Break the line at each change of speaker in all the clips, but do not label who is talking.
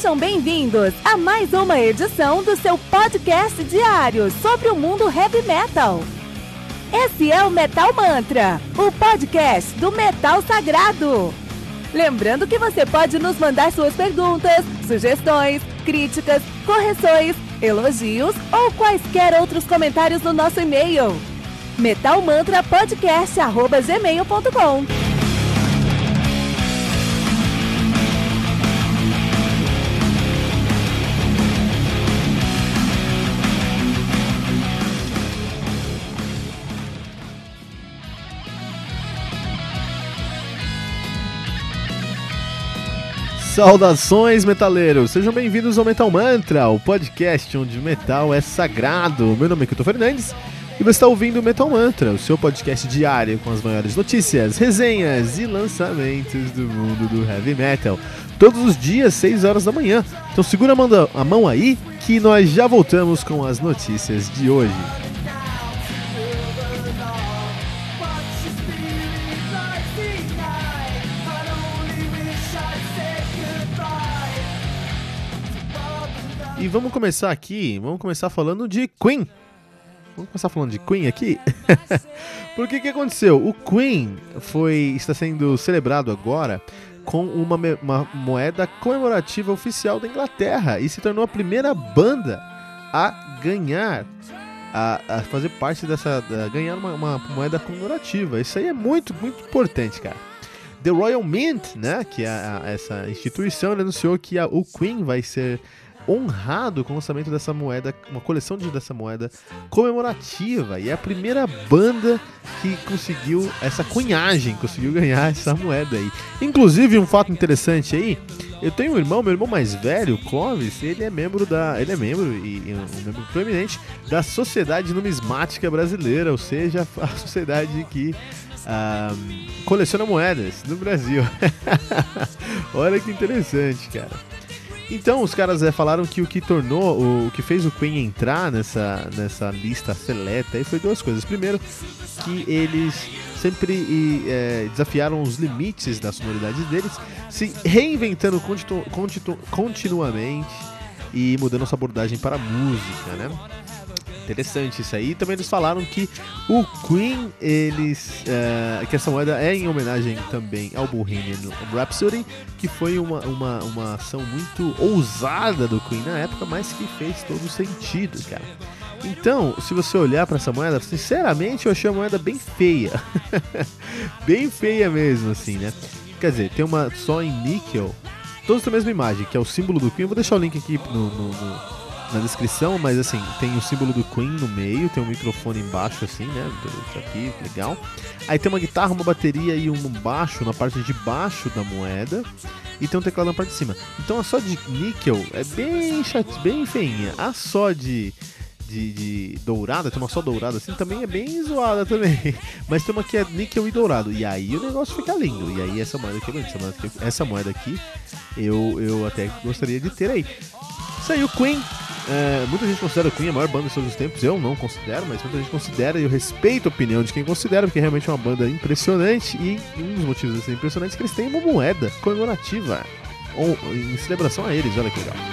Sejam bem-vindos a mais uma edição do seu podcast diário sobre o mundo heavy metal. Esse é o Metal Mantra, o podcast do metal sagrado. Lembrando que você pode nos mandar suas perguntas, sugestões, críticas, correções, elogios ou quaisquer outros comentários no nosso e-mail metalmantrapodcast@gmail.com.
Saudações, metaleiros! Sejam bem-vindos ao Metal Mantra, o podcast onde o metal é sagrado. Meu nome é Kilton Fernandes e você está ouvindo o Metal Mantra, o seu podcast diário com as maiores notícias, resenhas e lançamentos do mundo do heavy metal. Todos os dias, 6 horas da manhã. Então segura a mão aí que nós já voltamos com as notícias de hoje. E vamos começar falando de Queen. Vamos começar falando de Queen aqui? Porque o que aconteceu? O Queen está sendo celebrado agora com uma moeda comemorativa oficial da Inglaterra e se tornou a primeira banda a ganhar, a fazer parte ganhar uma moeda comemorativa. Isso aí é muito, muito importante, cara. The Royal Mint, né, que é essa instituição, anunciou que o Queen vai ser honrado com o lançamento dessa moeda, uma coleção dessa moeda comemorativa, e é a primeira banda que conseguiu essa cunhagem, conseguiu ganhar essa moeda aí. Inclusive, um fato interessante aí, eu tenho um irmão, meu irmão mais velho, Clovis, ele é membro e um membro proeminente da Sociedade Numismática Brasileira, ou seja, a sociedade que coleciona moedas no Brasil. Olha que interessante, cara. Então os caras falaram que o que fez o Queen entrar nessa lista seleta aí foi duas coisas. Primeiro, que eles sempre desafiaram os limites da sonoridade deles, se reinventando continuamente e mudando sua abordagem para a música, né? Interessante isso aí. Também eles falaram que o Queen, que essa moeda é em homenagem também ao Bohemian Rhapsody, que foi uma ação muito ousada do Queen na época, mas que fez todo sentido, cara. Então, se você olhar para essa moeda, sinceramente eu achei a moeda bem feia. Bem feia mesmo, assim, né? Quer dizer, tem uma só em níquel, todos têm a mesma imagem, que é o símbolo do Queen. Eu vou deixar o link aqui na descrição, mas assim, tem o símbolo do Queen no meio, tem um microfone embaixo assim, né, isso aqui, legal. Aí tem uma guitarra, uma bateria e um baixo na parte de baixo da moeda, e tem um teclado na parte de cima. Então a só de níquel é bem feinha. A só de dourada, tem uma só dourada assim, também é bem zoada também. Mas tem uma que é níquel e dourado, e aí o negócio fica lindo. E aí essa moeda aqui é bonita, essa moeda aqui eu até gostaria de ter aí. Isso aí, o Queen. Muita gente considera o Queen a maior banda de todos os tempos. Eu não considero, mas muita gente considera, e eu respeito a opinião de quem considera, porque realmente é uma banda impressionante. E um dos motivos de ser impressionante é que eles têm uma moeda comemorativa em celebração a eles. Olha que legal.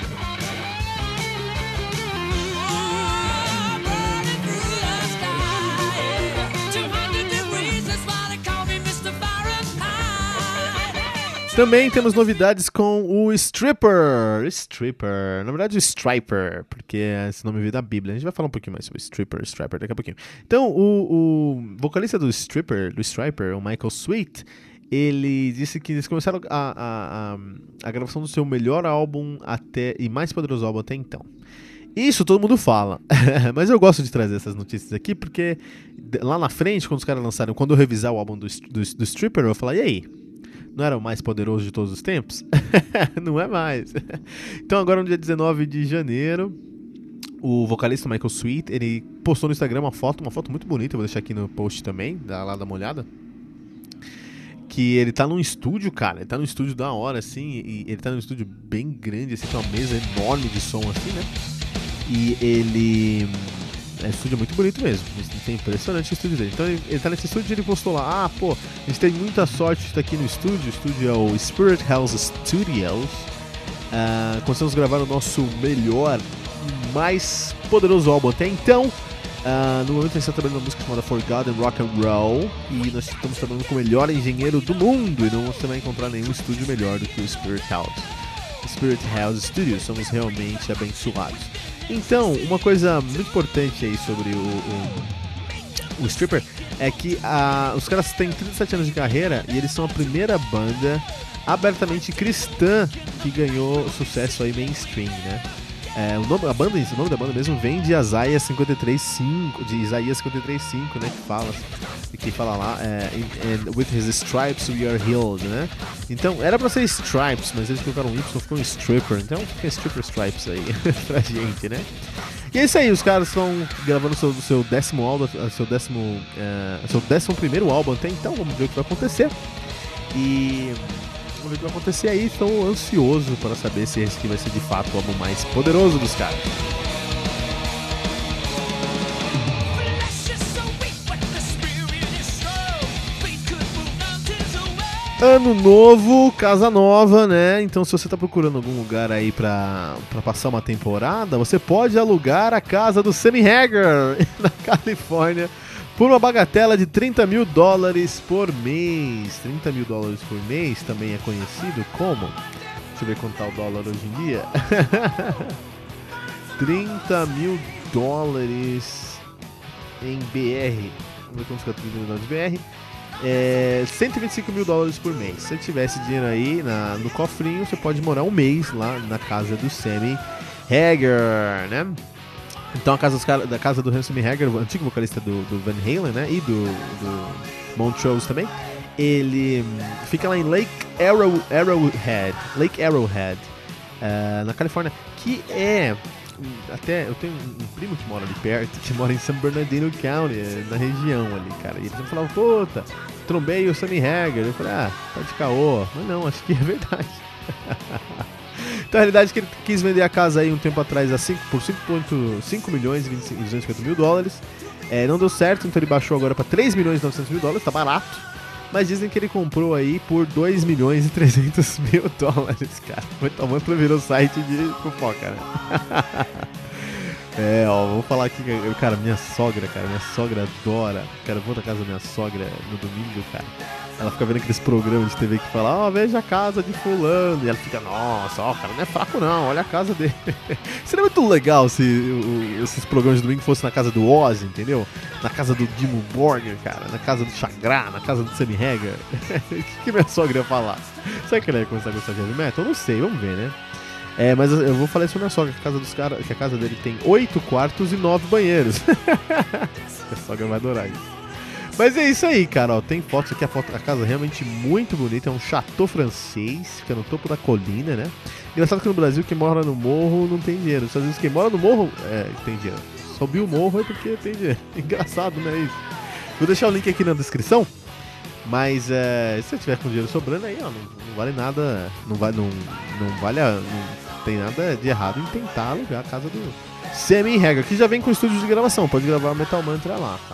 Também temos novidades com o Stripper, na verdade o Striper, porque esse nome veio da Bíblia. A gente vai falar um pouquinho mais sobre Striper daqui a pouquinho. Então, o vocalista do Striper, o Michael Sweet, ele disse que eles começaram a gravação do seu melhor álbum e mais poderoso álbum até então. Isso todo mundo fala, mas eu gosto de trazer essas notícias aqui, porque lá na frente, quando os caras lançaram, quando eu revisar o álbum do Stripper, eu vou falar, e aí? Não era o mais poderoso de todos os tempos? Não é mais. Então agora no dia 19 de janeiro, o vocalista Michael Sweet, ele postou no Instagram uma foto muito bonita, eu vou deixar aqui no post também, dá uma olhada. Que ele tá num estúdio, cara, ele tá num estúdio da hora, assim, e ele tá num estúdio bem grande, assim, com uma mesa enorme de som, assim, né? E ele... É um estúdio muito bonito mesmo, é impressionante o estúdio dele. Então ele tá nesse estúdio e ele postou lá, pô, a gente tem muita sorte de estar aqui no estúdio. O estúdio é o Spirit House Studios. Conseguimos gravar o nosso melhor e mais poderoso álbum até então. No momento a gente está trabalhando uma música chamada Forgotten Rock and Roll, e nós estamos trabalhando com o melhor engenheiro do mundo, e não você vai encontrar nenhum estúdio melhor do que o Spirit House Studios. Somos realmente abençoados. Então, uma coisa muito importante aí sobre o Stripper é que os caras têm 37 anos de carreira e eles são a primeira banda abertamente cristã que ganhou sucesso aí mainstream, né? O nome da banda mesmo vem de Isaías 53:5, né? Que fala lá, and with his stripes we are healed, né? Então, era pra ser Stripes, mas eles colocaram Y, ficou um Stripper. Então, fica Stripper Stripes aí pra gente, né? E é isso aí, os caras estão gravando seu 10º álbum, seu 11º álbum até então. Vamos ver o que vai acontecer. E vamos ver o que vai acontecer aí. Estou ansioso para saber se esse aqui vai ser de fato o álbum mais poderoso dos caras. Ano novo, casa nova, né? Então, se você tá procurando algum lugar aí pra passar uma temporada, você pode alugar a casa do Sammy Hagar na Califórnia por uma bagatela de $30 mil por mês. $30 mil por mês também é conhecido como... Deixa eu ver quanto tá o dólar hoje em dia. $30 mil em BR. Vamos ver quanto fica $30 mil BR. $125 mil por mês. Se você tivesse dinheiro aí no cofrinho, você pode morar um mês lá na casa do Sammy Hagar, né? Então a casa do Sammy Hagar, o antigo vocalista do Van Halen, né? E do Montrose também. Ele fica lá em Lake Arrowhead, na Califórnia, que é... Até eu tenho um primo que mora ali perto, que mora em San Bernardino County, na região ali, cara. E eles falavam, puta, trombei o Sammy Hagar. Eu falei, tá de caô. Mas não, acho que é verdade. Então a realidade é que ele quis vender a casa aí um tempo atrás por $5 milhões e $250 mil. Não deu certo, então ele baixou agora para $3 milhões e $900 mil, tá barato. Mas dizem que ele comprou aí por $2 milhões e $300 mil, cara. Muito bom, virou site de fofoca, né? Vou falar aqui, cara, minha sogra adora. Cara, eu vou na casa da minha sogra no domingo, cara. Ela fica vendo aqueles programas de TV que fala, veja a casa de fulano. E ela fica, nossa, o cara não é fraco não, olha a casa dele. Seria muito legal se esses programas de domingo fossem na casa do Ozzy, entendeu? Na casa do Dimmu Borgir, cara, na casa do Chagrá, na casa do Sammy Hagar. O que minha sogra ia falar? Será que ela ia começar a gostar de heavy metal? Eu não sei, vamos ver, né? Mas eu vou falar isso pra minha sogra, que a casa dele tem 8 quartos e 9 banheiros. A sogra vai adorar isso. Mas é isso aí, cara, ó, tem fotos aqui, a casa é realmente muito bonita, é um chateau francês, fica no topo da colina, né? Engraçado que no Brasil quem mora no morro não tem dinheiro, às vezes quem mora no morro tem dinheiro, subir o morro é porque tem dinheiro, engraçado, né, isso? Vou deixar o link aqui na descrição, mas se você tiver com dinheiro sobrando aí, ó, não vale nada, não tem nada de errado em tentar alugar a casa do Sammy Hagar, que já vem com estúdio de gravação, pode gravar Metal Mantra lá, tá?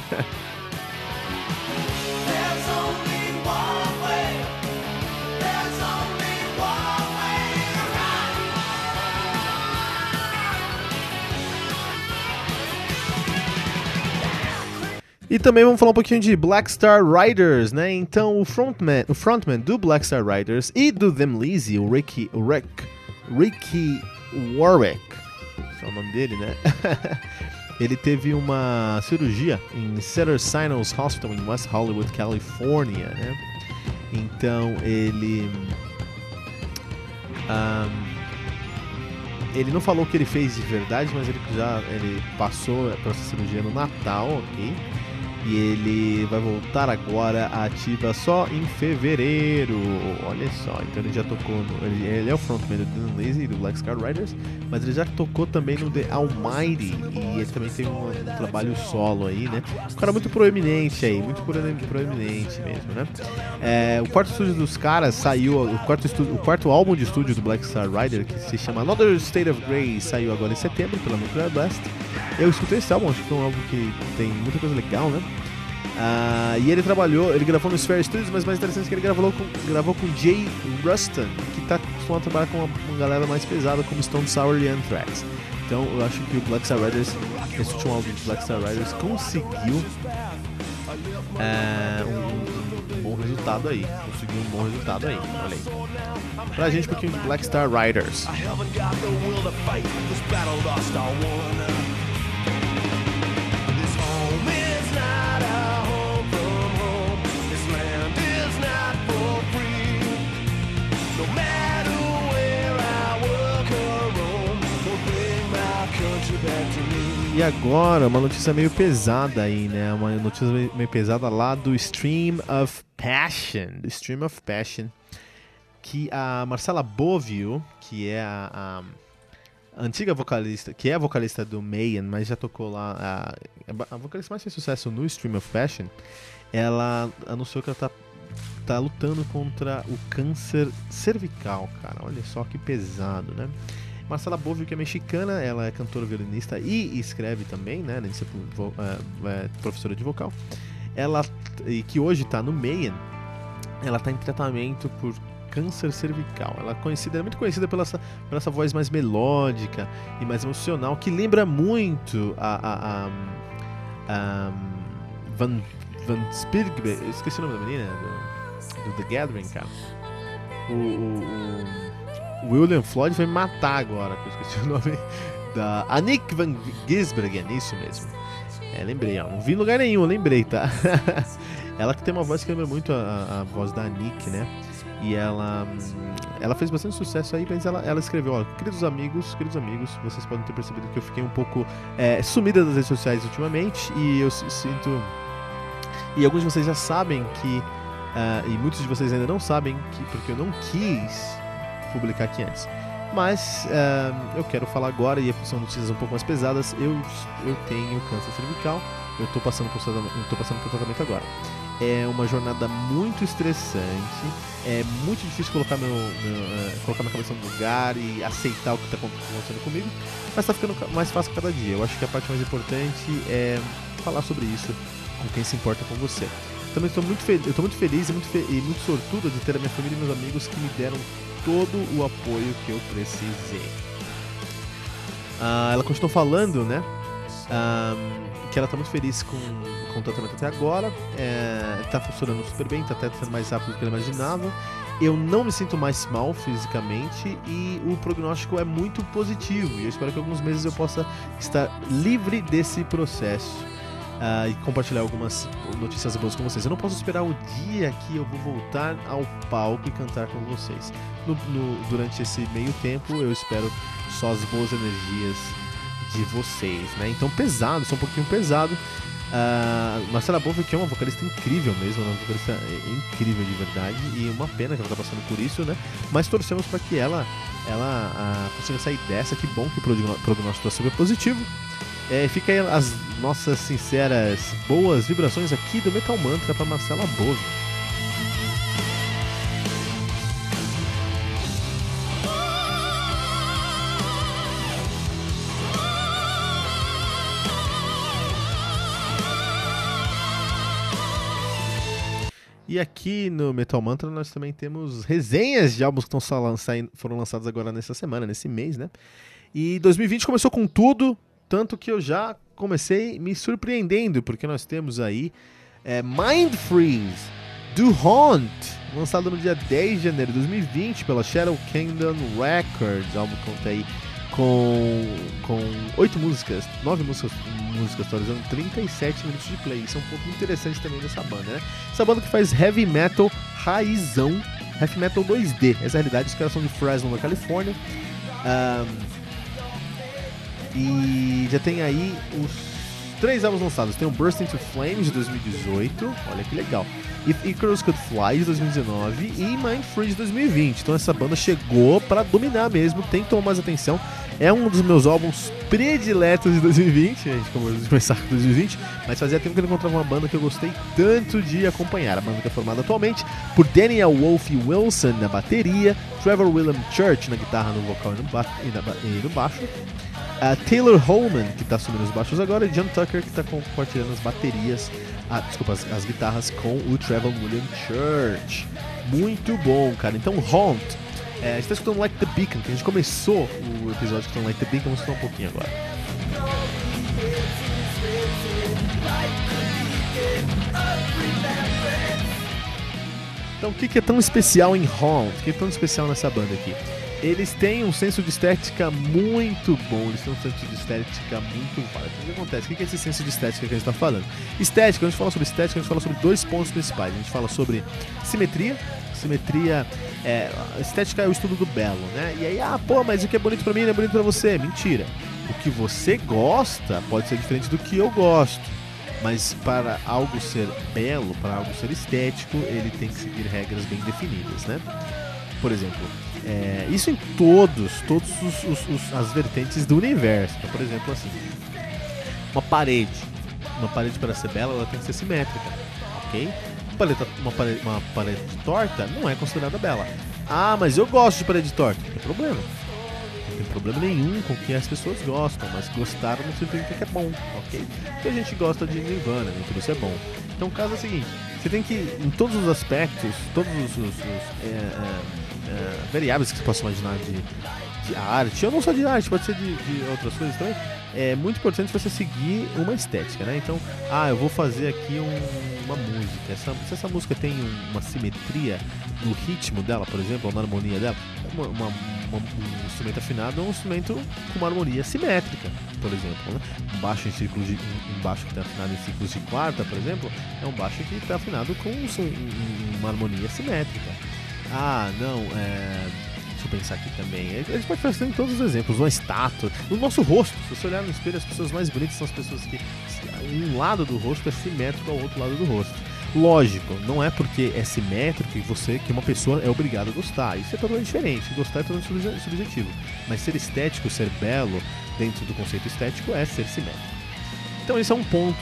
E também vamos falar um pouquinho de Black Star Riders, né? Então o frontman do Black Star Riders e do Them Lizzy, o Ricky Warwick, esse é o nome dele, né? Ele teve uma cirurgia em Cedars-Sinai Hospital em West Hollywood, Califórnia, né? Então ele não falou o que ele fez de verdade, mas ele passou por essa cirurgia no Natal, ok? E ele vai voltar agora ativa só em fevereiro. Olha só, então ele já tocou ele é o frontman do Thin Lizzy e do Black Star Riders, mas ele já tocou também no The Almighty. E ele também tem um trabalho solo aí, né? Um cara muito proeminente aí, muito proeminente mesmo, né? O quarto estúdio dos caras saiu, o quarto álbum de estúdio do Black Star Rider, que se chama Another State of Grace, saiu agora em setembro pela Nuclear Blast. Eu escutei esse álbum, acho que foi um álbum que tem muita coisa legal, né? E ele gravou no Sphere Studios, mas mais interessante é que ele gravou com Jay Ruston, que tá acostumado a trabalhar com uma galera mais pesada como Stone Sour e Anthrax. Então eu acho que o Black Star Riders, esse último álbum do Black Star Riders, conseguiu um bom resultado aí. Olha aí. Pra gente, um pouquinho de Black Star Riders. E agora, uma notícia meio pesada aí, né? Uma notícia meio pesada lá do Stream of Passion. Que a Marcella Bovio, que é a antiga vocalista, que é a vocalista do Mayhem, mas já tocou lá, a vocalista mais fez sucesso no Stream of Passion, ela anunciou que ela tá lutando contra o câncer cervical, cara. Olha só que pesado, né? Marcella Bovio, que é mexicana, ela é cantora, violinista e escreve também, né? Além de ser professora de vocal. E que hoje está no Mayhem, ela está em tratamento por câncer cervical. Ela é muito conhecida pela essa voz mais melódica e mais emocional, que lembra muito a Van Spilberg, esqueci o nome da menina, do The Gathering, cara. O William Floyd vai me matar agora, que eu esqueci o nome da Annick Van Gisbergen, isso mesmo. Lembrei, ó, não vi em lugar nenhum, eu lembrei, tá? Ela que tem uma voz que lembra muito a voz da Annick, né? E ela fez bastante sucesso aí, mas ela escreveu, ó, queridos amigos, vocês podem ter percebido que eu fiquei um pouco sumida das redes sociais ultimamente, e eu sinto... E alguns de vocês já sabem que... e muitos de vocês ainda não sabem, porque eu não quis publicar aqui antes. Mas eu quero falar agora, e são notícias um pouco mais pesadas. Eu tenho câncer cervical, eu tô passando por tratamento agora. É uma jornada muito estressante, é muito difícil colocar minha cabeça no lugar e aceitar o que está acontecendo comigo, mas está ficando mais fácil cada dia. Eu acho que a parte mais importante é falar sobre isso com quem se importa com você. Também estou muito feliz e muito sortuda de ter a minha família e meus amigos que me deram todo o apoio que eu precisei. Ela continuou falando, né, que ela está muito feliz com o tratamento até agora, está funcionando super bem, está até sendo mais rápido do que ela imaginava. Eu não me sinto mais mal fisicamente e o prognóstico é muito positivo, e eu espero que em alguns meses eu possa estar livre desse processo. E compartilhar algumas notícias boas com vocês. Eu não posso esperar o dia que eu vou voltar ao palco e cantar com vocês. Durante esse meio tempo, eu espero só as boas energias de vocês, né? Então, pesado, só um pouquinho pesado. Marcella Bovio, que é uma vocalista incrível mesmo, uma vocalista incrível de verdade, e uma pena que ela está passando por isso, né? Mas torcemos para que ela consiga sair dessa. Que bom que o prognóstico está super positivo. Fica aí as nossas sinceras boas vibrações aqui do Metal Mantra para Marcella Bovio. E aqui no Metal Mantra nós também temos resenhas de álbuns que foram lançados agora nessa semana, nesse mês, né? E 2020 começou com tudo. Tanto que eu já comecei me surpreendendo, porque nós temos aí Mind Freeze, do Haunt, lançado no dia 10 de janeiro de 2020 pela Shadow Kingdom Records. O álbum conta aí com 9 músicas, totalizando 37 minutos de play. Isso é um pouco interessante também dessa banda, né? Essa banda que faz heavy metal raizão, heavy metal 2D. Essa é a realidade, os caras são de Fresno, na Califórnia. E já tem aí os 3 álbuns lançados. Tem o Burst Into Flames de 2018, olha que legal, If Icarus Could Fly de 2019 e Mind Freeze de 2020. Então essa banda chegou pra dominar mesmo, tem que tomar mais atenção. É um dos meus álbuns prediletos de 2020, a gente acabou de começar com 2020, mas fazia tempo que eu não encontrava uma banda que eu gostei tanto de acompanhar. A banda que é formada atualmente por Daniel Wolfe Wilson na bateria, Trevor William Church na guitarra, no vocal e no baixo, Taylor Holman, que está assumindo os baixos agora, e John Tucker, que está compartilhando as baterias as guitarras com o Trevor William Church. Muito bom, cara. Então, Haunt. A gente tá escutando Like the Beacon, que a gente começou o episódio escutando Like the Beacon, vamos escutar um pouquinho agora. Então, o que é tão especial em Haunt? O que é tão especial nessa banda aqui? Eles têm um senso de estética muito bom, eles têm um senso de estética muito válido. O que acontece? O que é esse senso de estética que a gente está falando? Estética, quando a gente fala sobre estética, a gente fala sobre 2 pontos principais. A gente fala sobre simetria. Estética é o estudo do belo, né? E aí, mas o que é bonito pra mim não é bonito pra você. Mentira. O que você gosta pode ser diferente do que eu gosto. Mas para algo ser belo, para algo ser estético, ele tem que seguir regras bem definidas, né? Por exemplo, isso em todos as vertentes do universo. Então, por exemplo, assim, uma parede para ser bela, ela tem que ser simétrica, ok? Uma parede torta não é considerada bela. Mas eu gosto de parede torta. Não tem problema. Não tem problema nenhum com que as pessoas gostam, mas gostar não significa que é bom, ok? Porque a gente gosta de Nirvana, nem tudo isso é bom. Então o caso é o seguinte, você tem que, em todos os aspectos, todos os variáveis que você possa imaginar de arte, ou não só de arte, pode ser de outras coisas também, é muito importante você seguir uma estética, né? Então, eu vou fazer aqui uma música. Se essa música tem uma simetria no ritmo dela, por exemplo, ou na harmonia dela, um instrumento afinado é um instrumento com uma harmonia simétrica, por exemplo, né? Um baixo que está afinado em ciclos de quarta, por exemplo, é um baixo que está afinado com uma harmonia simétrica. Deixa eu pensar aqui também. A gente pode fazer em todos os exemplos. Uma estátua. No nosso rosto. Se você olhar no espelho, as pessoas mais bonitas são as pessoas que um lado do rosto é simétrico ao outro lado do rosto. Lógico, não é porque é simétrico que uma pessoa é obrigada a gostar. Isso é totalmente diferente. Gostar é totalmente subjetivo. Mas ser estético, ser belo, dentro do conceito estético, é ser simétrico. Então esse é um ponto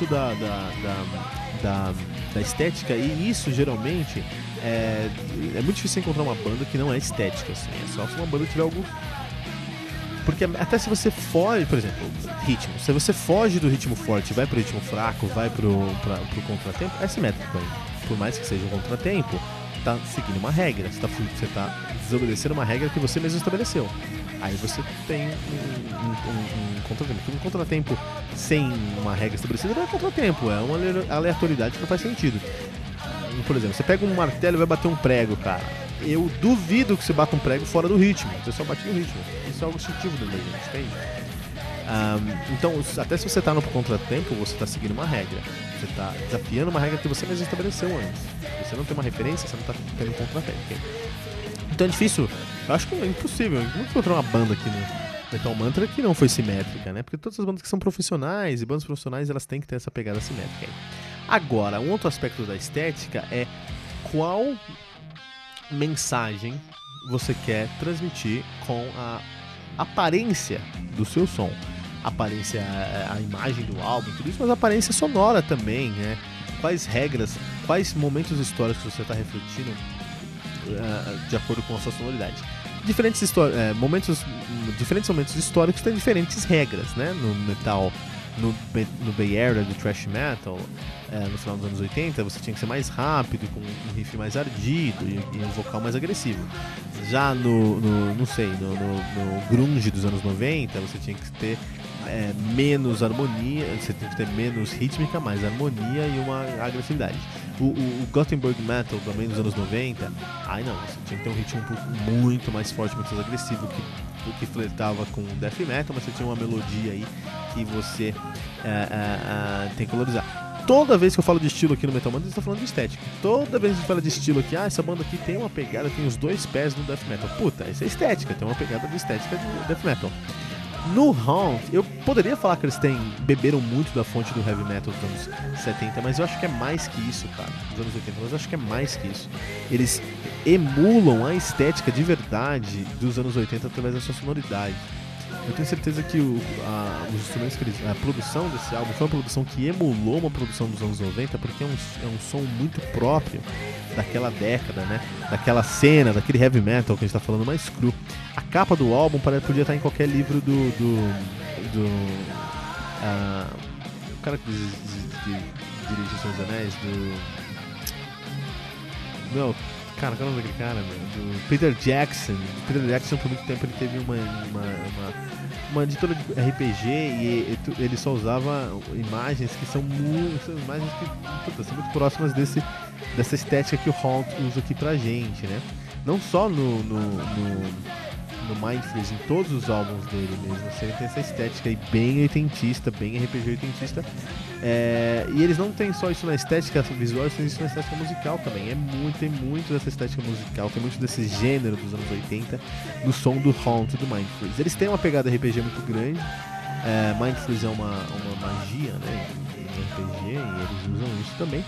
da estética, e isso geralmente é muito difícil encontrar uma banda que não é estética, assim. É só se uma banda tiver algo... Porque até se você foge, por exemplo, ritmo, se você foge do ritmo forte, vai pro ritmo fraco, vai pro contratempo, é simétrico aí. Por mais que seja um contratempo, tá seguindo uma regra, você tá desobedecendo uma regra que você mesmo estabeleceu. Aí você tem um contratempo. Um contratempo sem uma regra estabelecida não é contratempo, é uma aleatoriedade que não faz sentido. Por exemplo, você pega um martelo e vai bater um prego, cara. Eu duvido que você bata um prego fora do ritmo. Você só bate no ritmo. Isso é algo instintivo dentro da gente, entende? Então, até se você tá no contratempo, você tá seguindo uma regra. Você tá desafiando uma regra que você mesmo estabeleceu antes. Se você não tem uma referência, você não tá tendo um contratempo, okay? Então é difícil, eu acho que é impossível. Eu nunca encontrei uma banda aqui no Metal Mantra que não foi simétrica, né? Porque todas as bandas que são profissionais e bandas profissionais, elas têm que ter essa pegada simétrica aí. Agora, um outro aspecto da estética é qual mensagem você quer transmitir com a aparência do seu som. Aparência, a imagem do álbum, tudo isso, mas a aparência sonora também, né? Quais regras, quais momentos históricos você está refletindo de acordo com a sua sonoridade. Diferentes momentos históricos têm diferentes regras, né? No metal, no Bay Area do thrash metal, no final dos anos 80, você tinha que ser mais rápido, com um riff mais ardido e um vocal mais agressivo. Já no grunge dos anos 90, você tinha que ter menos harmonia, você tem que ter menos rítmica, mais harmonia e uma agressividade. O Gothenburg Metal também dos anos 90, você tinha que ter um ritmo muito mais forte, muito mais agressivo, que flertava com Death Metal, mas você tinha uma melodia aí que você tem que valorizar. Toda vez que eu falo de estilo aqui no Metal Mantra, eu estou falando de estética. Toda vez que a gente fala de estilo aqui, essa banda aqui tem uma pegada, tem os 2 pés no Death Metal. Puta, isso é estética, tem uma pegada de estética de Death Metal. No Haunt, eu poderia falar que eles beberam muito da fonte do Heavy Metal dos anos 70, mas eu acho que é mais que isso, cara. Dos anos 80, mas eu acho que é mais que isso. Eles emulam a estética de verdade dos anos 80 através da sua sonoridade. Eu tenho certeza que os instrumentos a produção desse álbum foi uma produção que emulou uma produção dos anos 90, porque é um som muito próprio daquela década, né? Daquela cena, daquele heavy metal que a gente tá falando mais cru. A capa do álbum podia estar em qualquer livro do cara de dirige O Senhor dos Anéis, Não, cara, qual é o nome daquele cara, meu? Do Peter Jackson. O Peter Jackson, por muito tempo, ele teve uma editora de RPG e ele só usava imagens que são imagens que são muito próximas dessa estética que o Halt usa aqui pra gente, né? Não só no Mind Freeze, em todos os álbuns dele mesmo, você tem essa estética aí bem oitentista, bem RPG oitentista. E eles não tem só isso na estética visual, eles têm isso na estética musical também. Tem muito dessa estética musical, tem muito desse gênero dos anos 80 no som do Haunt e do Mind Freeze. Eles têm uma pegada RPG muito grande. Mind Freeze é uma magia, né, em RPG, e eles usam isso também.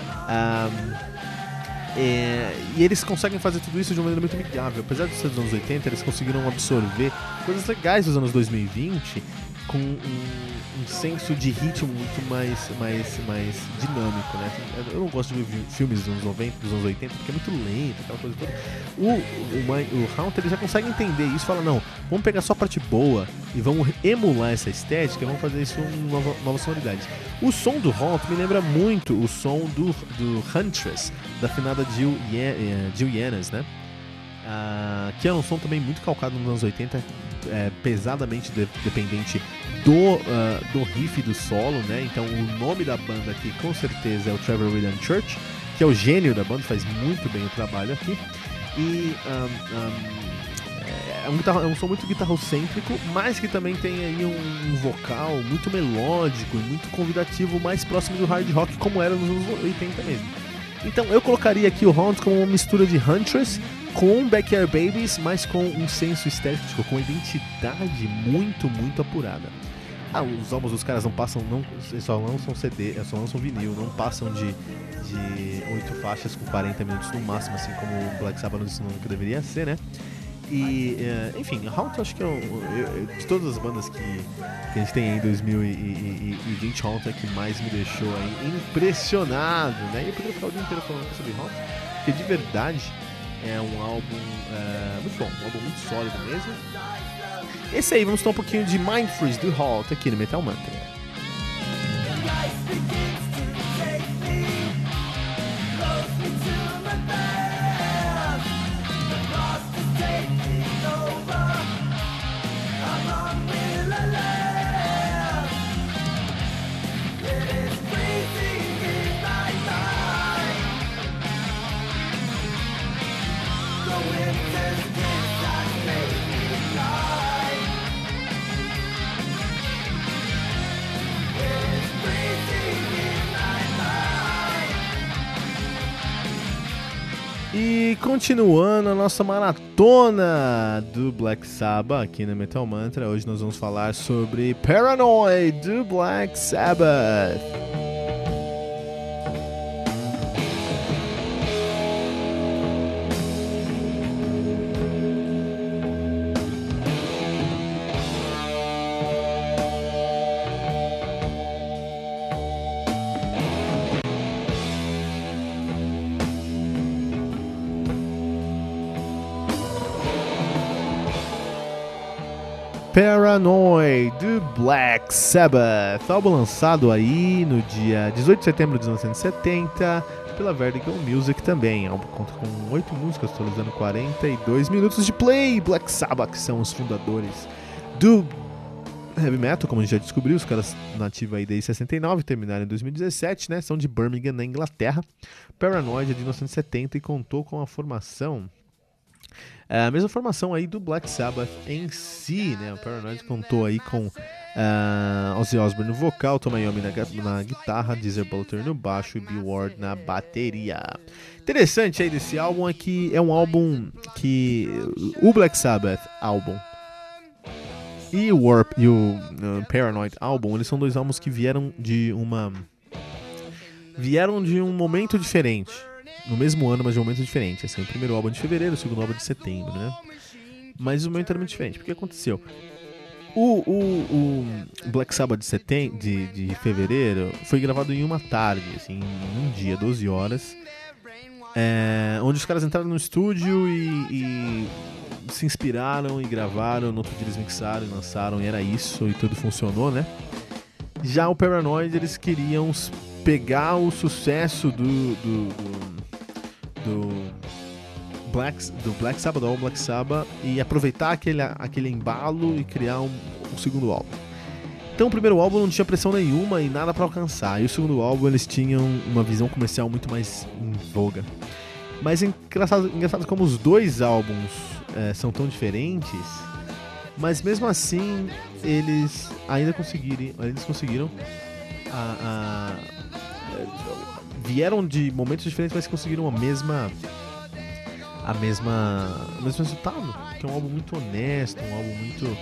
E eles conseguem fazer tudo isso de uma maneira muito amigável. Apesar de ser dos anos 80, eles conseguiram absorver coisas legais dos anos 2020 com um senso de ritmo muito mais dinâmico, né? Eu não gosto de ver filmes dos anos 90, dos anos 80, porque é muito lento, aquela coisa toda. O Haunt, ele já consegue entender isso e fala, não, vamos pegar só a parte boa e vamos emular essa estética, vamos fazer isso em novas sonoridades. O som do Haunt me lembra muito o som do Huntress, da finada Jill Yanes, né? Que é um som também muito calcado nos anos 80, pesadamente dependente do riff do solo, né? Então o nome da banda aqui com certeza é o Trevor William Church, que é o gênio da banda, faz muito bem o trabalho aqui. E é um som muito guitarrocêntrico, mas que também tem aí um vocal muito melódico e muito convidativo, mais próximo do hard rock, como era nos anos 80 mesmo. Então eu colocaria aqui o Haunt como uma mistura de Huntress com Backyard Babies, mas com um senso estético, com uma identidade muito, muito apurada. Os álbuns dos caras só lançam CD, só lançam vinil, não passam de 8 faixas com 40 minutos no máximo, assim como o Black Sabbath nos ensinou que deveria ser, né? E, enfim, Haunt, eu acho que de todas as bandas que a gente tem aí em 2020, Haunt é que mais me deixou aí impressionado, né? E eu poderia ficar o dia inteiro falando sobre Haunt, porque de verdade é um álbum muito bom, um álbum muito sólido mesmo. Esse aí, vamos ter um pouquinho de Mind Freeze do Halt aqui no Metal Mantra. E continuando a nossa maratona do Black Sabbath aqui no Metal Mantra, hoje nós vamos falar sobre Paranoid do Black Sabbath. Paranoid do Black Sabbath, álbum lançado aí no dia 18 de setembro de 1970 pela Vertigo Music também. O álbum conta com 8 músicas, totalizando 42 minutos de play. Black Sabbath, que são os fundadores do heavy metal, como a gente já descobriu, os caras nativos aí desde 69, terminaram em 2017, né? São de Birmingham, na Inglaterra. Paranoid é de 1970 e contou com a formação... a mesma formação aí do Black Sabbath em si, né? O Paranoid contou aí com Ozzy Osbourne no vocal, Tom Iommi na guitarra, Geezer Butler no baixo e Bill Ward na bateria. Interessante aí desse álbum é que é um álbum que o Black Sabbath álbum e o Paranoid álbum, eles são dois álbuns que vieram de um momento diferente. No mesmo ano, mas de um momento diferente. Assim, o primeiro álbum de fevereiro, o segundo álbum de setembro, né? Mas o momento era muito diferente. Porque aconteceu? O Black Sabbath de fevereiro foi gravado em uma tarde, assim, em um dia, 12 horas. Onde os caras entraram no estúdio e se inspiraram e gravaram. No outro dia eles mixaram e lançaram, e era isso, e tudo funcionou, né? Já o Paranoid, eles queriam pegar o sucesso do Black Sabbath, do Black Sabbath, e aproveitar aquele embalo e criar um segundo álbum. Então o primeiro álbum não tinha pressão nenhuma e nada pra alcançar, e o segundo álbum eles tinham uma visão comercial muito mais em voga. Mas é engraçado como os dois álbuns são tão diferentes, mas mesmo assim eles conseguiram vieram de momentos diferentes, mas conseguiram o mesmo resultado, que é um álbum muito honesto, um álbum muito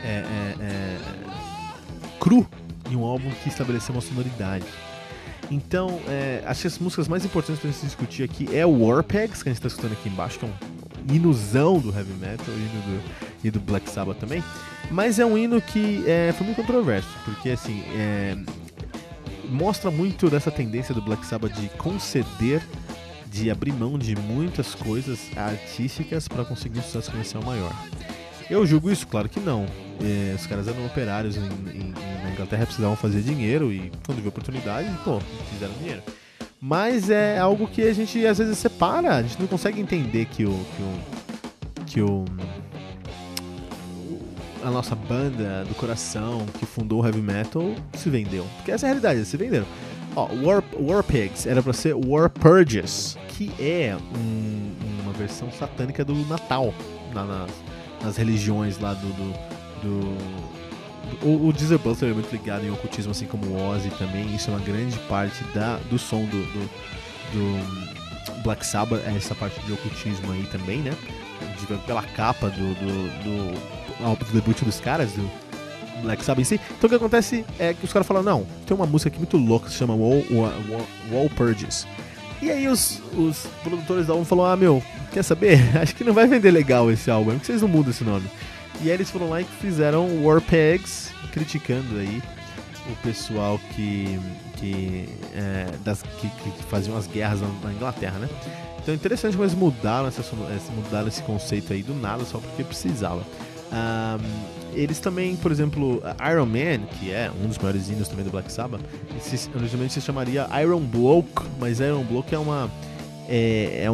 cru, e um álbum que estabeleceu uma sonoridade. Então, acho que as músicas mais importantes pra gente discutir aqui é o Warpegs, que a gente tá escutando aqui embaixo, que é um hinozão do heavy metal e do Black Sabbath também, mas é um hino que foi muito controverso, porque assim, mostra muito dessa tendência do Black Sabbath de conceder, de abrir mão de muitas coisas artísticas para conseguir um sucesso comercial maior. Eu julgo isso? Claro que não. Os caras eram operários na Inglaterra, precisavam fazer dinheiro e quando viu oportunidade, fizeram dinheiro. Mas é algo que a gente às vezes separa, a gente não consegue entender que a nossa banda do coração que fundou o heavy metal se vendeu. Porque essa é a realidade, se venderam. Warpigs era pra ser Warpurges, que é uma versão satânica do Natal nas religiões lá o Geezer Butler é muito ligado em ocultismo, assim como o Ozzy também. Isso é uma grande parte do som do Black Sabbath, essa parte de ocultismo aí também, né? Pela capa do álbum do debut dos caras, do Black Sabbath em si. Então o que acontece é que os caras falam, não, tem uma música aqui muito louca que se chama Walpurgis. E aí os produtores do álbum falaram, quer saber? Acho que não vai vender legal esse álbum, por que vocês não mudam esse nome? E aí eles foram lá e fizeram Warpegs, criticando aí o pessoal que faziam as guerras na Inglaterra, né? Então é interessante como eles mudaram esse conceito aí do nada, só porque precisava. Eles também, por exemplo, Iron Man, que é um dos maiores hinos também do Black Sabbath, originalmente se chamaria Iron Bloke, mas Iron Bloke é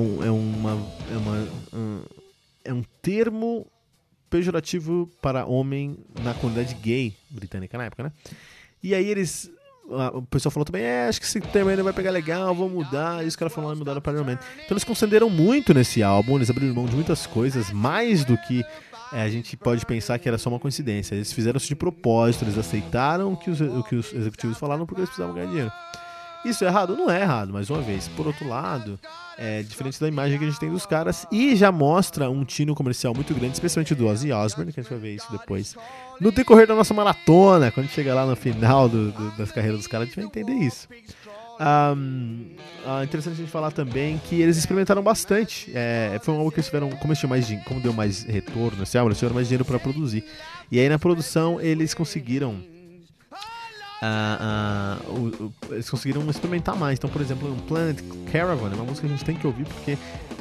um termo pejorativo para homem na comunidade gay britânica na época, né? E aí o pessoal falou também, acho que esse termo ainda vai pegar legal, vou mudar, e os caras foram lá e mudaram para Iron Man. Então eles concederam muito nesse álbum, eles abriram mão de muitas coisas, mais do que a gente pode pensar que era só uma coincidência. Eles fizeram isso de propósito, eles aceitaram o que os executivos falaram porque eles precisavam ganhar dinheiro. Isso é errado? Não é errado, mais uma vez. Por outro lado, é diferente da imagem que a gente tem dos caras e já mostra um tino comercial muito grande, especialmente do Ozzy Osbourne, que a gente vai ver isso depois no decorrer da nossa maratona. Quando chega lá no final das carreiras dos caras, a gente vai entender isso. Interessante a gente falar também que eles experimentaram bastante. Foi um álbum que eles tiveram, como deu mais retorno nesse álbum, eles tiveram mais dinheiro para produzir. E aí na produção eles conseguiram experimentar mais. Então, por exemplo, um Planet Caravan é uma música que a gente tem que ouvir porque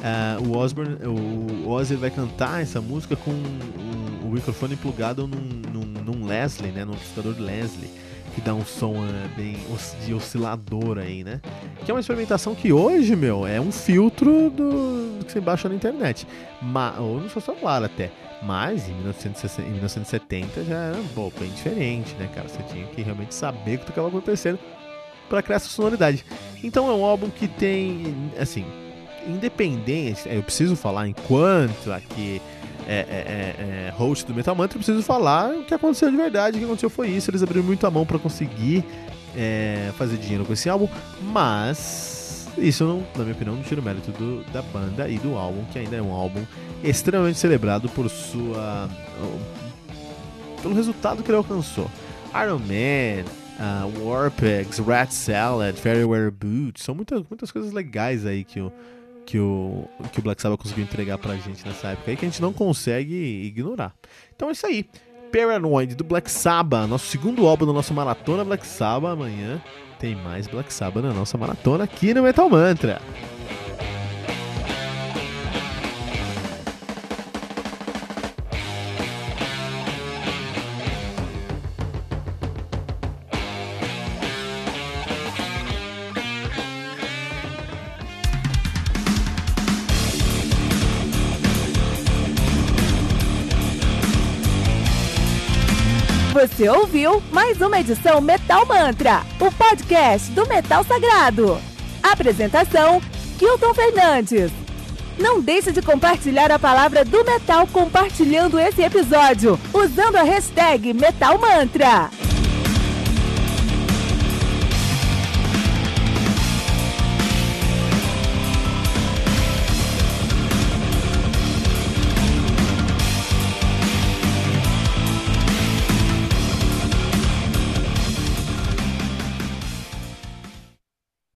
o Ozzy vai cantar essa música com o microfone plugado num Leslie, né, num amplificador Leslie, que dá um som bem de oscilador aí, né? Que é uma experimentação que hoje, é um filtro do que você baixa na internet, ou no seu celular até. Mas em 1970 já era bem diferente, né, cara? Você tinha que realmente saber o que estava acontecendo para criar essa sonoridade. Então é um álbum que tem, assim, independente. Eu preciso falar, enquanto aqui host do Metal Mantra, eu preciso falar o que aconteceu de verdade. O que aconteceu foi isso. Eles abriram muito a mão para conseguir fazer dinheiro com esse álbum, mas isso, na minha opinião, não tira o mérito da banda e do álbum, que ainda é um álbum extremamente celebrado pelo resultado que ele alcançou. Iron Man, Warpegs, Rat Salad, Fairywear Boots, são muitas coisas legais aí que o Black Sabbath conseguiu entregar pra gente nessa época aí, que a gente não consegue ignorar. Então é isso aí, Paranoid do Black Sabbath, nosso segundo álbum da nossa maratona Black Sabbath. Amanhã tem mais Black Sabbath na nossa maratona aqui no Metal Mantra.
Você ouviu mais uma edição Metal Mantra, o podcast do Metal Sagrado. Apresentação, Kilton Fernandes. Não deixe de compartilhar a palavra do metal compartilhando esse episódio, usando a hashtag Metal Mantra.